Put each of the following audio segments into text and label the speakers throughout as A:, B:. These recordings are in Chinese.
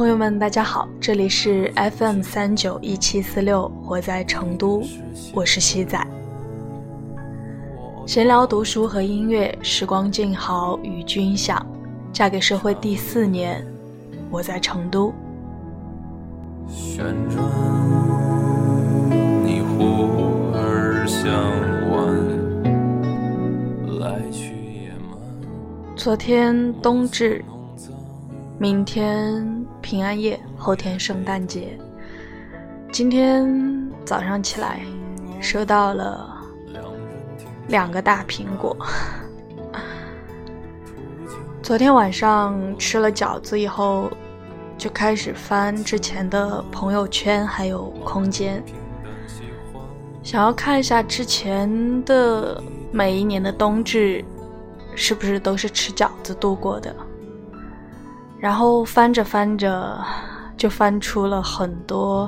A: 朋友们大家好，这里是 FM391746，我在成都，我是西仔。闲聊读书和音乐，时光静好与君享。嫁给社会第4年，我在成都。
B: 旋转，你忽而向晚，来去也慢。
A: 昨天冬至，明天平安夜，后天圣诞节。今天早上起来收到了2个大苹果。昨天晚上吃了饺子以后，就开始翻之前的朋友圈还有空间，想要看一下之前的每一年的冬至是不是都是吃饺子度过的。然后翻着翻着就翻出了很多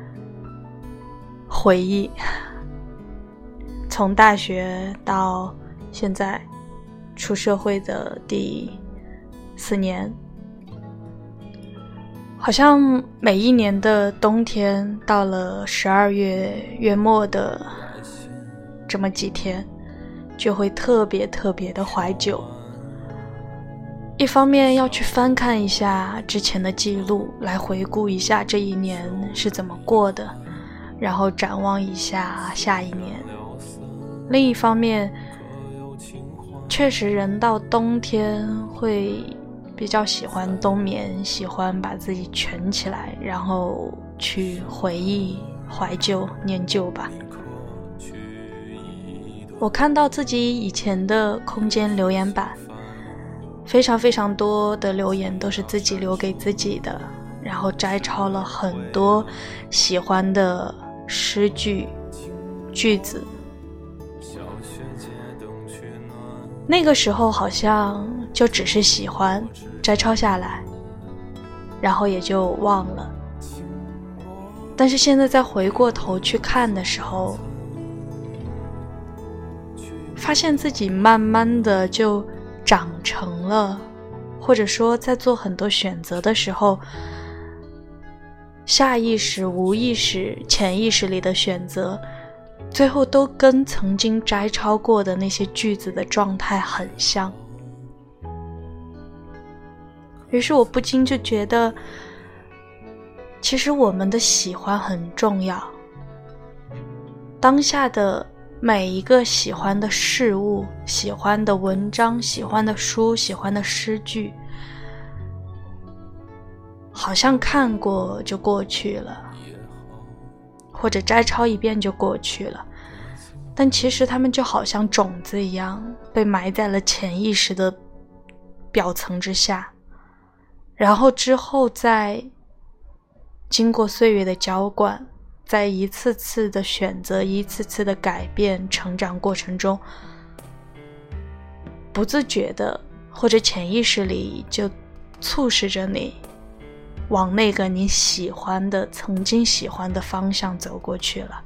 A: 回忆，从大学到现在出社会的第4年，好像每一年的冬天到了12月月末的这么几天，就会特别的怀旧。一方面要去翻看一下之前的记录，来回顾一下这一年是怎么过的，然后展望一下下一年。另一方面，确实人到冬天会比较喜欢冬眠，喜欢把自己蜷起来，然后去回忆、怀旧、念旧吧。我看到自己以前的空间留言板，非常多的留言都是自己留给自己的，然后摘抄了很多喜欢的诗句、句子。那个时候好像就只是喜欢，摘抄下来，然后也就忘了。但是现在再回过头去看的时候，发现自己慢慢的就长成了，或者说在做很多选择的时候，下意识、无意识、潜意识里的选择，最后都跟曾经摘抄过的那些句子的状态很像。于是我不禁就觉得，其实我们的喜欢很重要。当下的每一个喜欢的事物、喜欢的文章、喜欢的书、喜欢的诗句，好像看过就过去了，或者摘抄一遍就过去了，但其实它们就好像种子一样，被埋在了潜意识的表层之下，然后之后再经过岁月的浇灌，在一次次的选择、一次次的改变、成长过程中，不自觉的或者潜意识里就促使着你往那个你喜欢的、曾经喜欢的方向走过去了。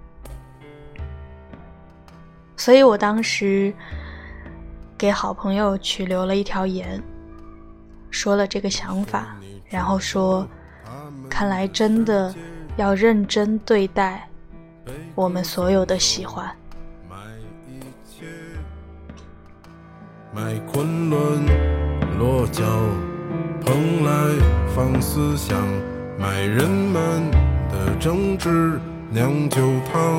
A: 所以我当时给好朋友去留了一条言，说了这个想法，然后说看来真的要认真对待我们所有的喜欢。
C: 卖昆仑落脚，蓬莱放思想，卖人们的政治酿酒汤。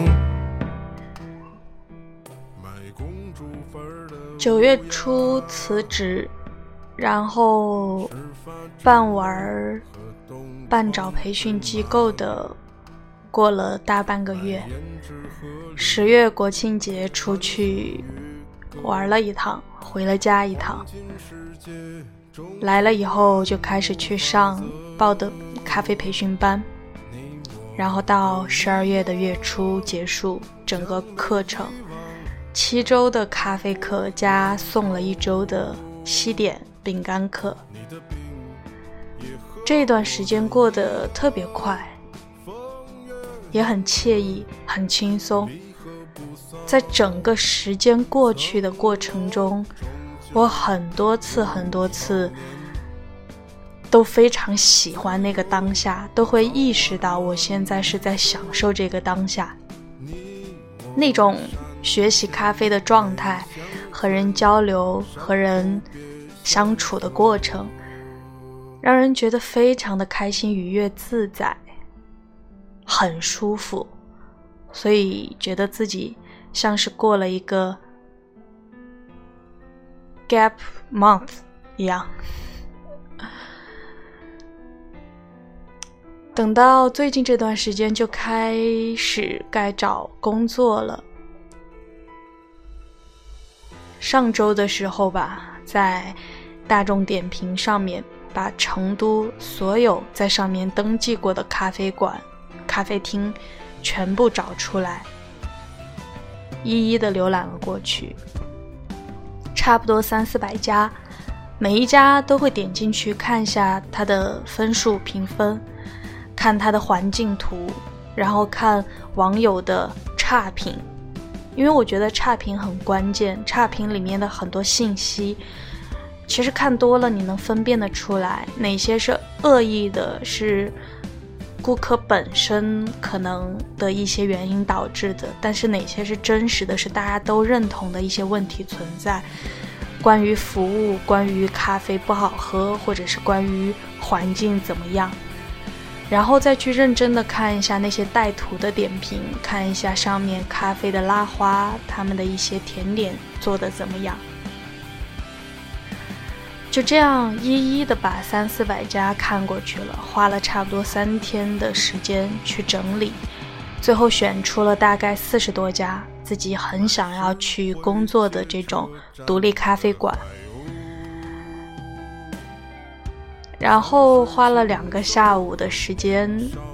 A: 9月初辞职，然后半玩半找培训机构的过了大半个月。10月国庆节出去玩了一趟，回了家一趟，来了以后就开始去上报的咖啡培训班，然后到12月的月初结束整个课程，7周的咖啡课加送了1周的西点饼干课。这段时间过得特别快，也很惬意，很轻松。在整个时间过去的过程中，我很多次都非常喜欢那个当下，都会意识到我现在是在享受这个当下。那种学习咖啡的状态，和人交流、和人相处的过程，让人觉得非常的开心、愉悦、自在，很舒服，所以觉得自己像是过了一个 gap month 一样。等到最近这段时间就开始该找工作了。上周的时候吧，在大众点评上面把成都所有在上面登记过的咖啡馆、咖啡厅全部找出来，一一的浏览了过去，差不多300-400家，每一家都会点进去看一下它的分数评分，看它的环境图，然后看网友的差评，因为我觉得差评很关键，差评里面的很多信息其实看多了你能分辨得出来，哪些是恶意的，是顾客本身可能的一些原因导致的，但是哪些是真实的，是大家都认同的一些问题存在，关于服务，关于咖啡不好喝，或者是关于环境怎么样，然后再去认真的看一下那些带图的点评，看一下上面咖啡的拉花，他们的一些甜点做得怎么样，就这样一一的把300-400家看过去了，花了差不多3天的时间去整理，最后选出了大概40多家自己很想要去工作的这种独立咖啡馆，然后花了2个下午的时间，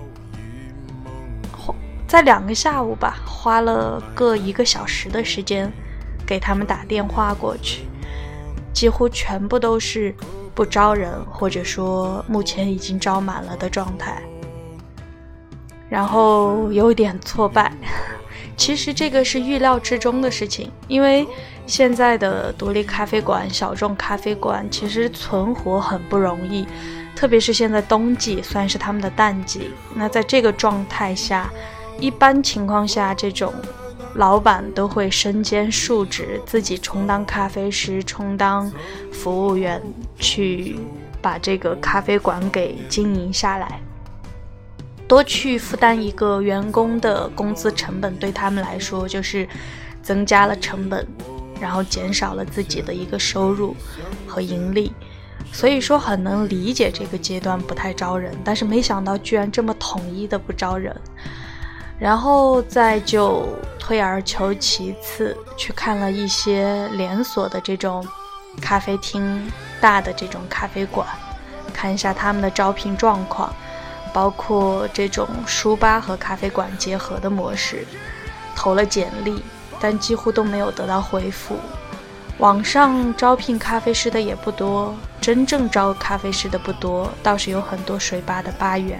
A: 在2个下午吧，花了各1个小时的时间给他们打电话过去，几乎全部都是不招人，或者说目前已经招满了的状态，然后有点挫败。其实这个是预料之中的事情，因为现在的独立咖啡馆、小众咖啡馆其实存活很不容易，特别是现在冬季算是他们的淡季，那在这个状态下，一般情况下这种老板都会身兼数职，自己充当咖啡师，充当服务员，去把这个咖啡馆给经营下来，多去负担一个员工的工资成本，对他们来说就是增加了成本，然后减少了自己的一个收入和盈利，所以说很能理解这个阶段不太招人，但是没想到居然这么统一的不招人。然后再就退而求其次，去看了一些连锁的这种咖啡厅，大的这种咖啡馆，看一下他们的招聘状况，包括这种书吧和咖啡馆结合的模式，投了简历，但几乎都没有得到回复。网上招聘咖啡师的也不多，真正招咖啡师的不多，倒是有很多水吧的吧员。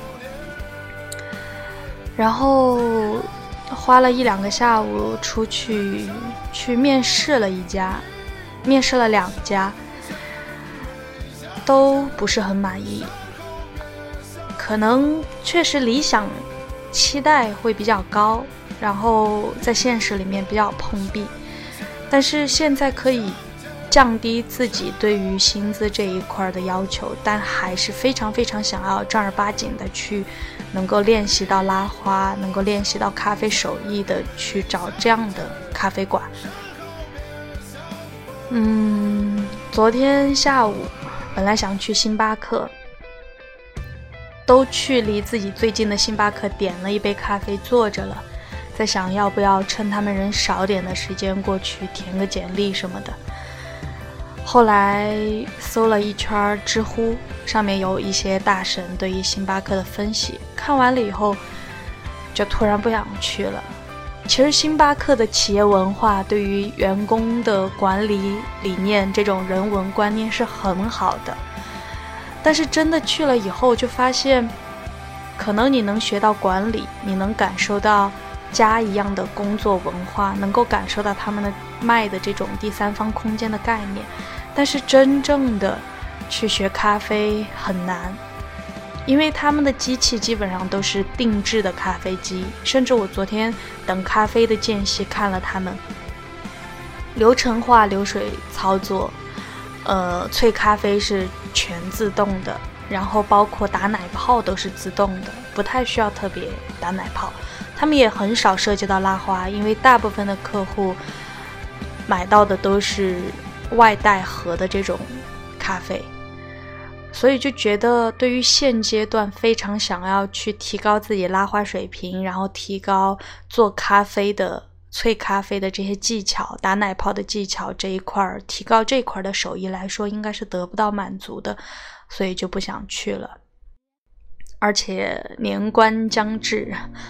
A: 然后花了1-2个下午出去面试了面试了2家，都不是很满意，可能确实理想期待会比较高，然后在现实里面比较碰壁，但是现在可以降低自己对于薪资这一块的要求，但还是非常非常想要正儿八经的去能够练习到拉花，能够练习到咖啡手艺的去找这样的咖啡馆。昨天下午本来想去星巴克，都去离自己最近的星巴克点了一杯咖啡坐着了，在想要不要趁他们人少点的时间过去填个简历什么的。后来搜了一圈知乎，上面有一些大神对于星巴克的分析，看完了以后就突然不想去了。其实星巴克的企业文化对于员工的管理理念，这种人文观念是很好的，但是真的去了以后就发现，可能你能学到管理，你能感受到家一样的工作文化，能够感受到他们的卖的这种第三方空间的概念，但是真正的去学咖啡很难，因为他们的机器基本上都是定制的咖啡机，甚至我昨天等咖啡的间隙看了他们流程化流水操作，萃咖啡是全自动的，然后包括打奶泡都是自动的，不太需要特别打奶泡。他们也很少涉及到拉花，因为大部分的客户买到的都是外带盒的这种咖啡，所以就觉得对于现阶段非常想要去提高自己拉花水平，然后提高做咖啡的萃咖啡的这些技巧，打奶泡的技巧这一块，提高这一块的手艺来说，应该是得不到满足的，所以就不想去了。而且年关将至，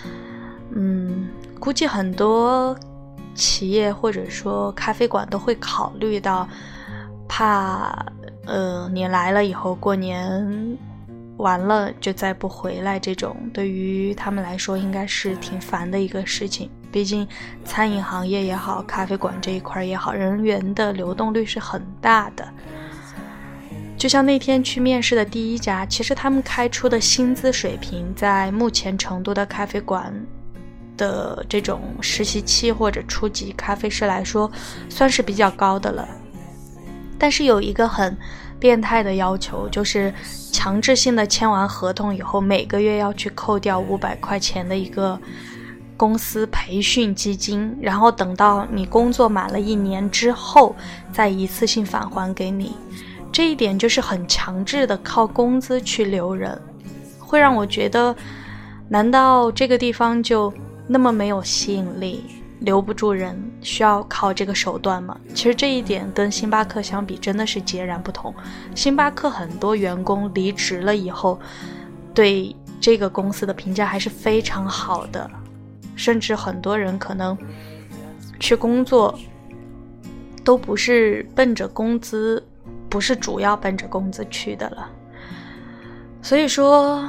A: 估计很多企业或者说咖啡馆都会考虑到，怕你来了以后过年完了就再不回来，这种对于他们来说应该是挺烦的一个事情。毕竟餐饮行业也好，咖啡馆这一块也好，人员的流动率是很大的。就像那天去面试的第一家，其实他们开出的薪资水平在目前成都的咖啡馆的这种实习期或者初级咖啡师来说算是比较高的了，但是有一个很变态的要求，就是强制性的签完合同以后，每个月要去扣掉500块钱的一个公司培训基金，然后等到你工作满了1年之后再一次性返还给你。这一点就是很强制的靠工资去留人，会让我觉得难道这个地方就那么没有吸引力，留不住人，需要靠这个手段吗？其实这一点跟星巴克相比真的是截然不同。星巴克很多员工离职了以后，对这个公司的评价还是非常好的，甚至很多人可能去工作都不是奔着工资，不是主要奔着工资去的了。所以说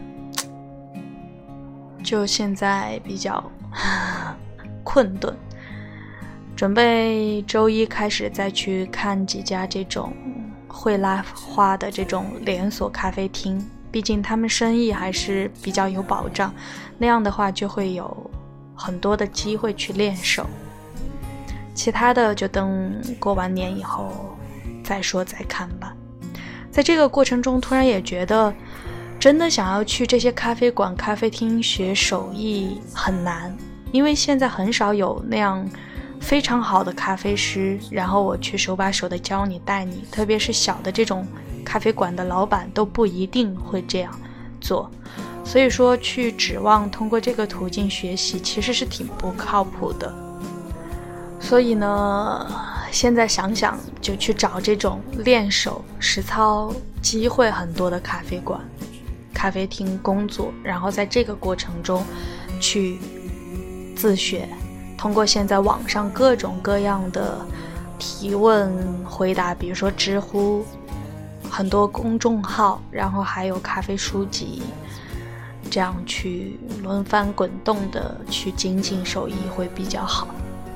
A: 就现在比较困顿，准备周一开始再去看几家这种会拉花的这种连锁咖啡厅，毕竟他们生意还是比较有保障，那样的话就会有很多的机会去练手。其他的就等过完年以后再说再看吧。在这个过程中突然也觉得真的想要去这些咖啡馆咖啡厅学手艺很难，因为现在很少有那样非常好的咖啡师，然后我去手把手的教你带你，特别是小的这种咖啡馆的老板都不一定会这样做，所以说去指望通过这个途径学习其实是挺不靠谱的。所以呢现在想想就去找这种练手实操机会很多的咖啡馆咖啡厅工作，然后在这个过程中去自学，通过现在网上各种各样的提问回答，比如说知乎很多公众号，然后还有咖啡书籍，这样去轮番滚动的去精进手艺会比较好。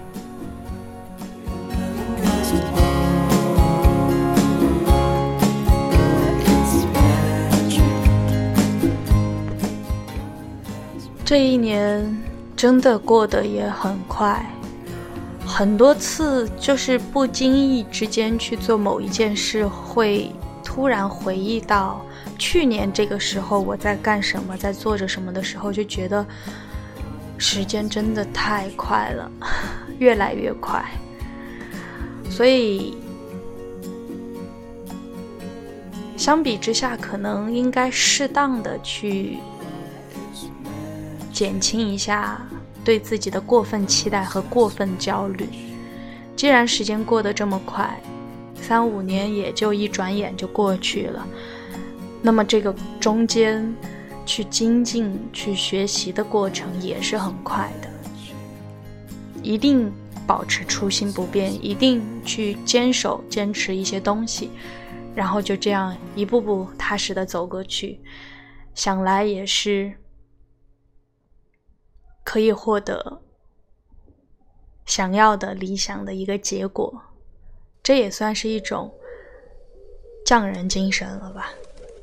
A: 这一年真的过得也很快，很多次就是不经意之间去做某一件事，会突然回忆到去年这个时候我在干什么，在做着什么的时候，就觉得时间真的太快了，越来越快。所以相比之下，可能应该适当的去减轻一下对自己的过分期待和过分焦虑。既然时间过得这么快，3-5年也就一转眼就过去了，那么这个中间去精进去学习的过程也是很快的，一定保持初心不变，一定去坚持一些东西，然后就这样一步步踏实的走过去，想来也是可以获得想要的理想的一个结果。这也算是一种匠人精神了吧。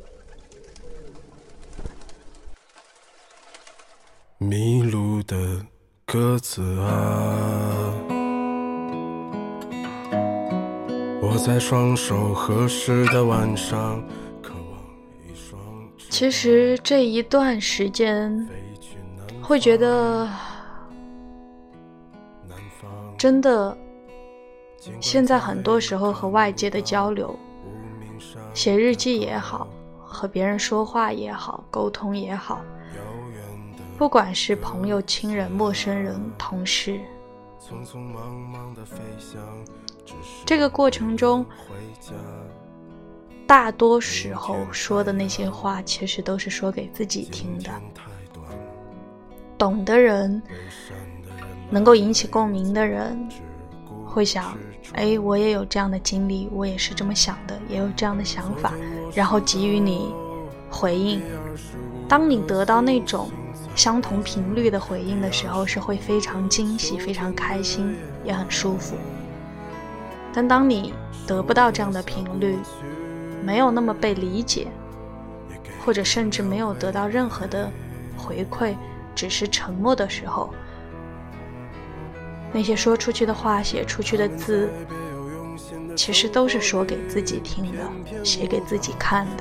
C: 迷路的鸽子啊，我在双手合十的晚上，渴望一双。
A: 其实这一段时间会觉得真的，现在很多时候和外界的交流，写日记也好，和别人说话也好，沟通也好，不管是朋友、亲人、陌生人、同事，这个过程中大多时候说的那些话其实都是说给自己听的。懂的人，能够引起共鸣的人会想，我也有这样的经历，我也是这么想的，也有这样的想法，然后给予你回应。当你得到那种相同频率的回应的时候，是会非常惊喜，非常开心，也很舒服。但当你得不到这样的频率，没有那么被理解，或者甚至没有得到任何的回馈，只是沉默的时候，那些说出去的话，写出去的字，其实都是说给自己听的，写给自己看的。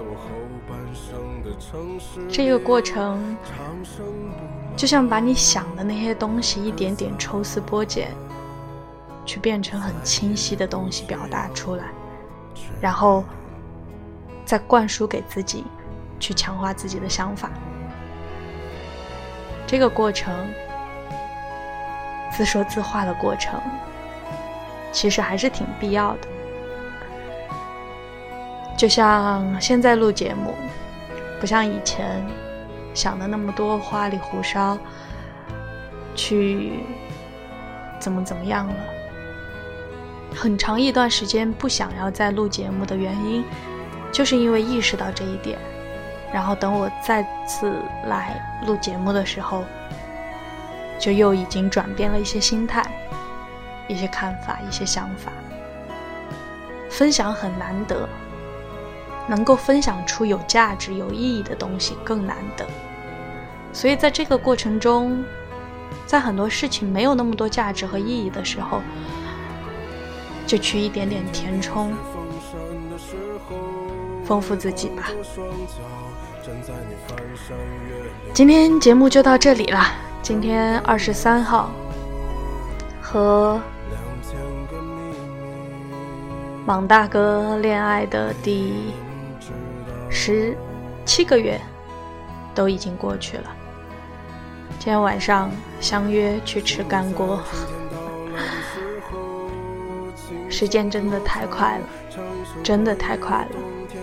A: 这个过程就像把你想的那些东西一点点抽丝剥茧，去变成很清晰的东西表达出来，然后再灌输给自己，去强化自己的想法。这个过程，自说自话的过程，其实还是挺必要的。就像现在录节目，不像以前想的那么多花里胡哨，去怎么样了。很长一段时间不想要再录节目的原因，就是因为意识到这一点，然后等我再次来录节目的时候，就又已经转变了一些心态，一些看法，一些想法。分享很难得，能够分享出有价值有意义的东西更难得。所以在这个过程中，在很多事情没有那么多价值和意义的时候，就去一点点填充，丰富自己吧。今天节目就到这里啦。今天23号，和莽大哥恋爱的第17个月都已经过去了。今天晚上相约去吃干锅，时间真的太快了，真的太快了。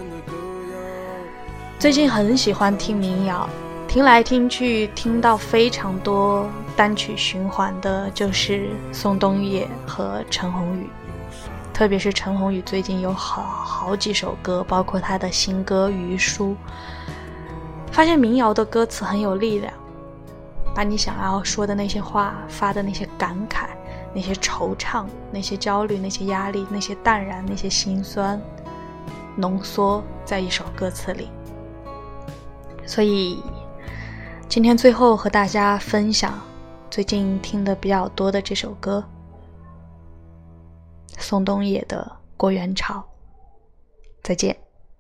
A: 最近很喜欢听民谣，听来听去听到非常多单曲循环的就是宋冬野和陈鸿宇，特别是陈鸿宇最近有好几首歌，包括他的新歌《余书》，发现民谣的歌词很有力量，把你想要说的那些话，发的那些感慨，那些惆怅，那些焦虑，那些压力，那些淡然，那些心酸，浓缩在一首歌词里。所以今天最后和大家分享最近听的比较多的这首歌，宋冬野的《过元潮》。再见。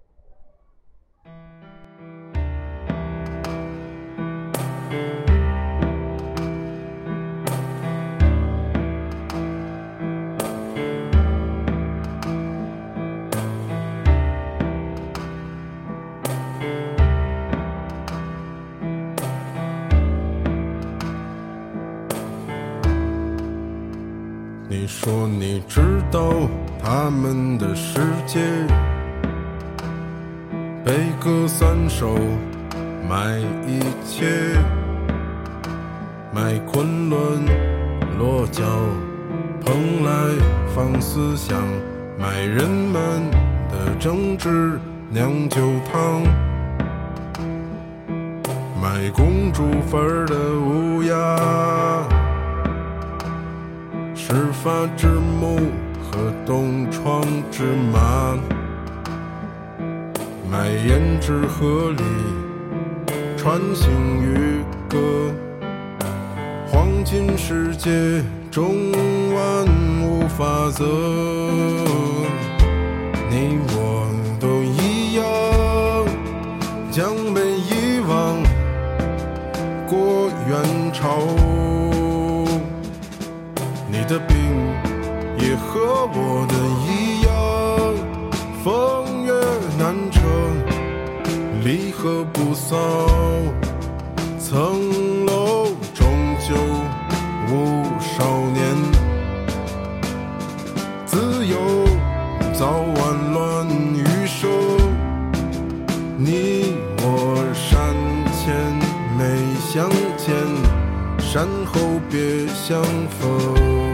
C: 你说你知道他们的世界，悲歌三首卖一切，卖昆仑落脚蓬莱放思想，卖人们的政治酿酒汤，卖公主坟的乌鸦，始发之木和东窗之马， 埋胭脂河里穿行渔歌，黄金世界中万物法则，你我都一样，将被遗忘过元朝。你的病也和我的一样，风月难测，离合不骚，层楼终究无少年，自由早晚乱余生，你我山前没相见，山后别相逢。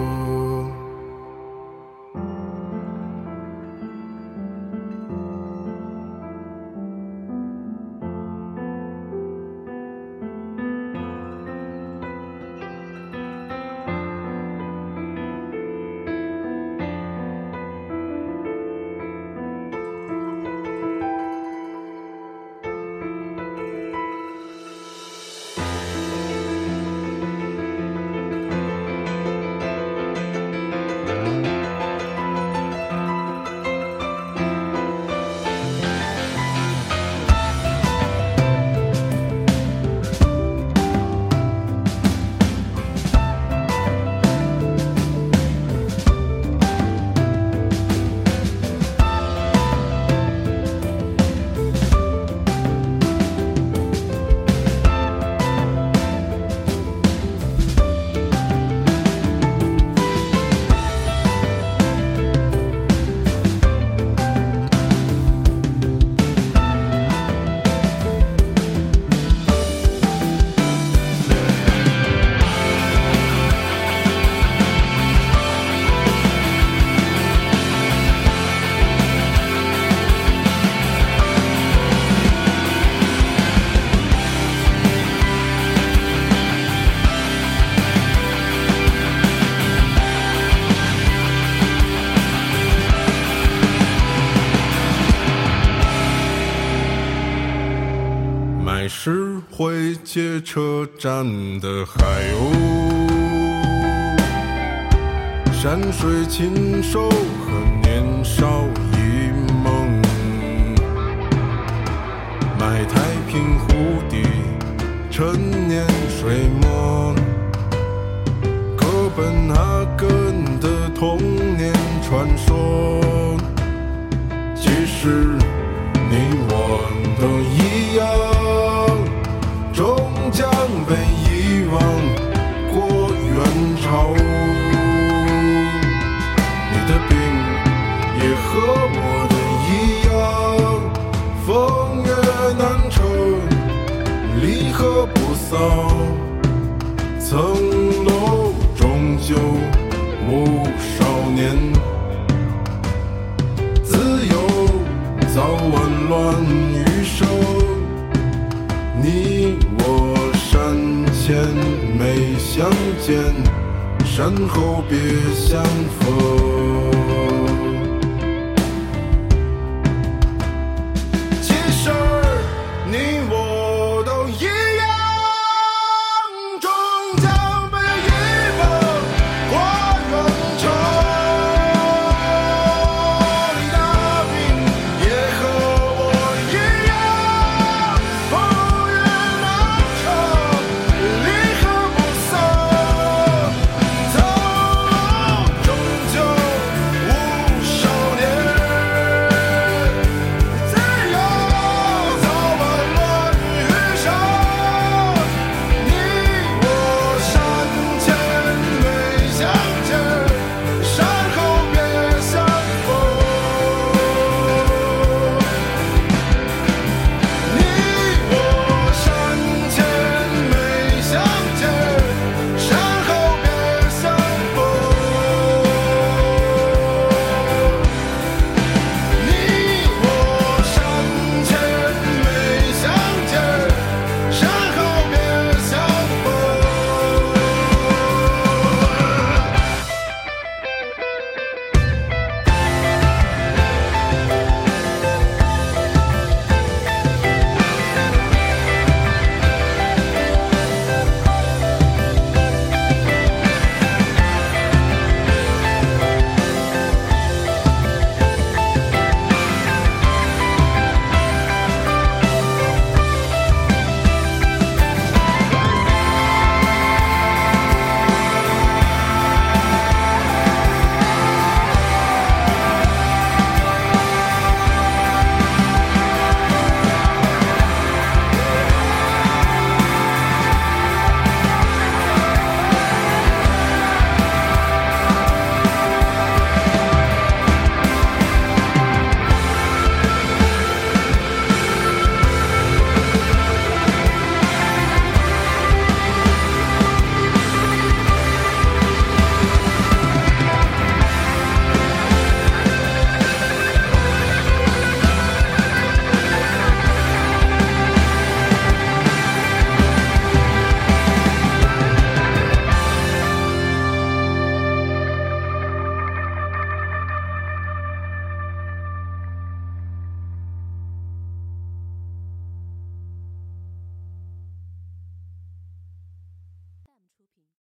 C: 是会街车站的海鸥，山水禽兽和年少一梦，买太平湖底陈年水墨，哥本哈根的童年传说，其实你我都一样，终将被遗忘过元朝。你的病也和我的一样，风月难酬，离合不骚，层楼终究无少年，自由早晚乱余生，你我山前没相见，山后别相逢。